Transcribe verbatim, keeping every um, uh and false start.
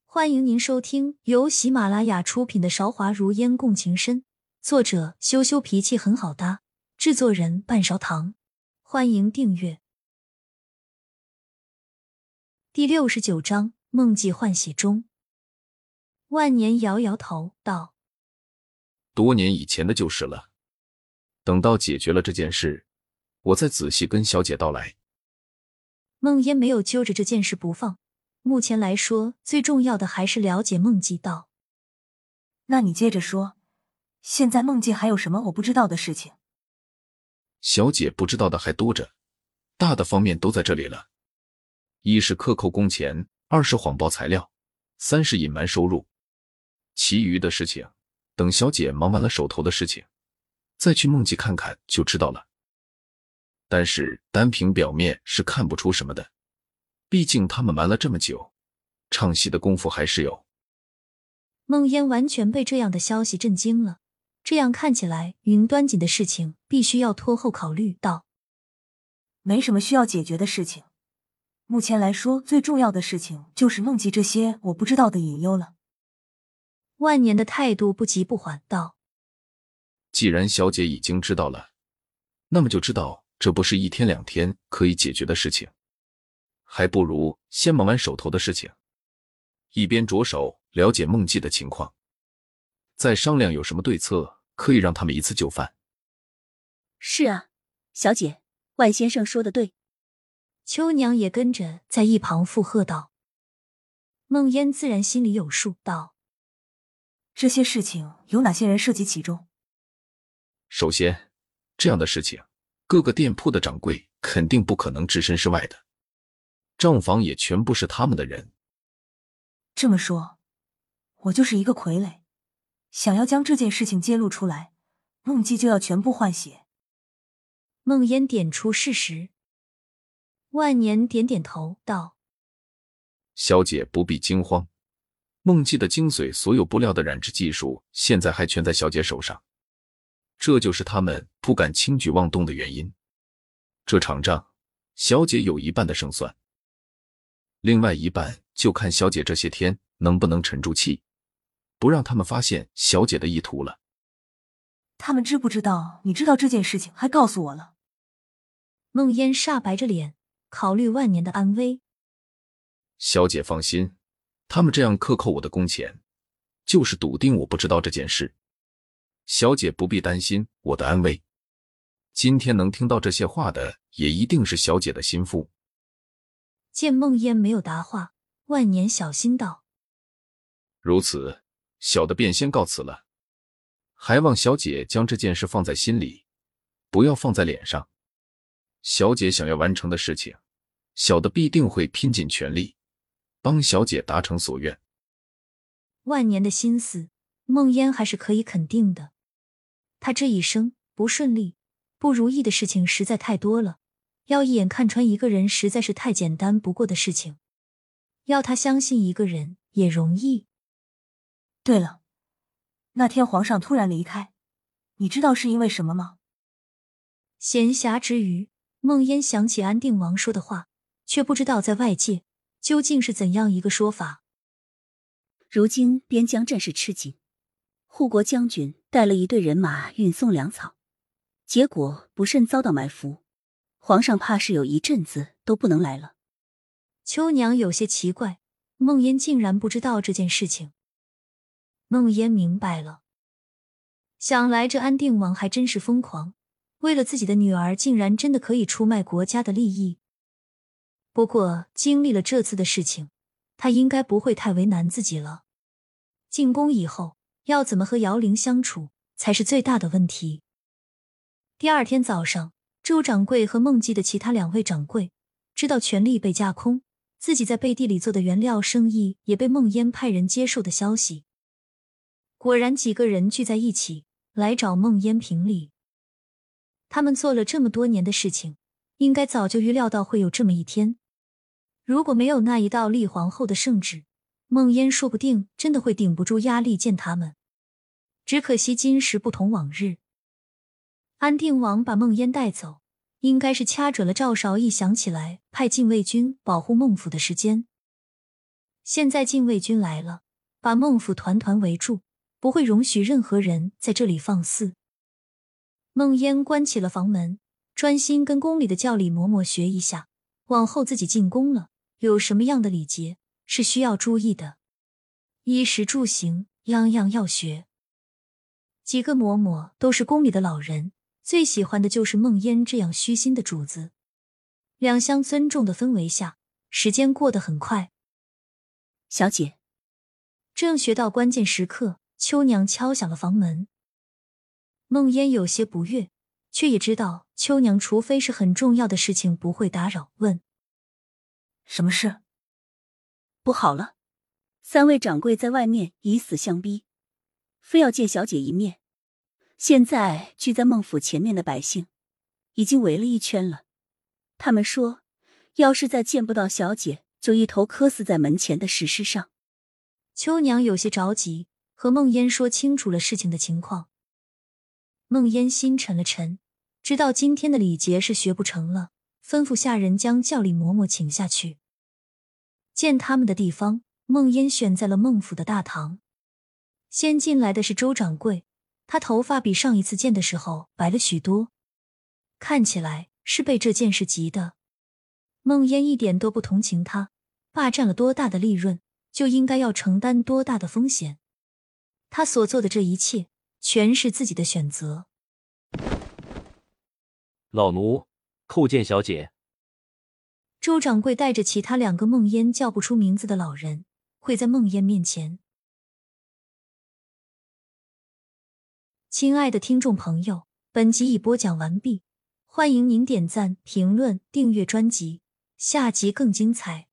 欢迎您收听由喜马拉雅出品的《韶华如烟共情深》，作者羞羞脾气很好搭，制作人半勺糖。欢迎订阅。第六十九章，梦际换血中。万年摇摇头道： 多年以前的旧事了，等到解决了这件事，我再仔细跟小姐道来。 梦烟没有揪着这件事不放，目前来说最重要的还是了解梦际道。 那你接着说，现在梦际还有什么我不知道的事情？ 小姐不知道的还多着，大的方面都在这里了。一是克扣工钱，二是谎报材料，三是隐瞒收入。其余的事情，等小姐忙完了手头的事情，再去梦际看看就知道了。但是单凭表面是看不出什么的，毕竟他们瞒了这么久，唱戏的功夫还是有。 梦烟完全被这样的消息震惊了，这样看起来云端锦的事情必须要拖后考虑道。 没什么需要解决的事情，目前来说最重要的事情就是梦际这些我不知道的隐忧了。 万年的态度不急不缓道： 既然小姐已经知道了，那么就知道这不是一天两天可以解决的事情，还不如先忙完手头的事情，一边着手了解梦际的情况，再商量有什么对策可以让他们一次就范。 是啊，小姐，万先生说的对。 秋娘也跟着在一旁附和道。梦烟自然心里有数道： 这些事情有哪些人涉及其中？ 首先，这样的事情，各个店铺的掌柜肯定不可能置身事外的，账房也全部是他们的人。 这么说，我就是一个傀儡，想要将这件事情揭露出来，梦际就要全部换血。 梦烟点出事实。万年点点头道： 小姐不必惊慌，梦际的精髓所有布料的染制技术现在还全在小姐手上，这就是他们不敢轻举妄动的原因。这场仗，小姐有一半的胜算，另外一半就看小姐这些天能不能沉住气，不让他们发现小姐的意图了。 他们知不知道你知道这件事情还告诉我了？ 梦烟煞白着脸，考虑万年的安危。 小姐放心，他们这样克扣我的工钱，就是笃定我不知道这件事。小姐不必担心我的安危，今天能听到这些话的也一定是小姐的心腹。 见梦烟没有答话，万年小心道： 如此，小的便先告辞了，还望小姐将这件事放在心里，不要放在脸上。小姐想要完成的事情，小的必定会拼尽全力，帮小姐达成所愿。 万年的心思，梦烟还是可以肯定的。他这一生不顺利、不如意的事情实在太多了，要一眼看穿一个人实在是太简单不过的事情，要他相信一个人也容易。 对了，那天皇上突然离开，你知道是因为什么吗？ 闲暇之余，梦烟想起安定王说的话，却不知道在外界究竟是怎样一个说法。 如今边疆战事吃紧，护国将军带了一队人马运送粮草，结果不慎遭到埋伏，皇上怕是有一阵子都不能来了。 秋娘有些奇怪，梦烟竟然不知道这件事情。梦烟明白了，想来这安定王还真是疯狂，为了自己的女儿竟然真的可以出卖国家的利益。不过经历了这次的事情，他应该不会太为难自己了。进宫以后要怎么和姚玲相处才是最大的问题。第二天早上，周掌柜和梦际的其他两位掌柜知道权力被架空，自己在背地里做的原料生意也被梦烟派人接受的消息。果然几个人聚在一起来找梦烟评理。他们做了这么多年的事情，应该早就预料到会有这么一天。如果没有那一道立皇后的圣旨，梦烟说不定真的会顶不住压力见他们。只可惜今时不同往日。安定王把梦烟带走，应该是掐准了赵韶义想起来派禁卫军保护孟府的时间。 现在禁卫军来了，把孟府团团围住，不会容许任何人在这里放肆。孟烟关起了房门，专心跟宫里的教理嬷嬷学一下，往后自己进宫了，有什么样的礼节是需要注意的，衣食住行样样要学。几个嬷嬷都是宫里的老人，最喜欢的就是孟烟这样虚心的主子。两相尊重的氛围下，时间过得很快。 小姐， 正学到关键时刻，秋娘敲响了房门。孟烟有些不悦，却也知道秋娘除非是很重要的事情不会打扰，问： 什么事？ 不好了，三位掌柜在外面以死相逼，非要见小姐一面。现在聚在孟府前面的百姓已经围了一圈了，他们说要是再见不到小姐，就一头磕死在门前的石狮上。 秋娘有些着急，和孟烟说清楚了事情的情况。孟烟心沉了沉，知道今天的礼节是学不成了，吩咐下人将教理嬷嬷请下去。见他们的地方，孟烟选在了孟府的大堂。先进来的是周掌柜，他头发比上一次见的时候白了许多，看起来是被这件事急的。孟烟一点都不同情他，霸占了多大的利润，就应该要承担多大的风险。他所做的这一切，全是自己的选择。 老奴叩见小姐。 周掌柜带着其他两个孟烟叫不出名字的老人，跪在孟烟面前。亲爱的听众朋友，本集已播讲完毕，欢迎您点赞、评论、订阅专辑，下集更精彩。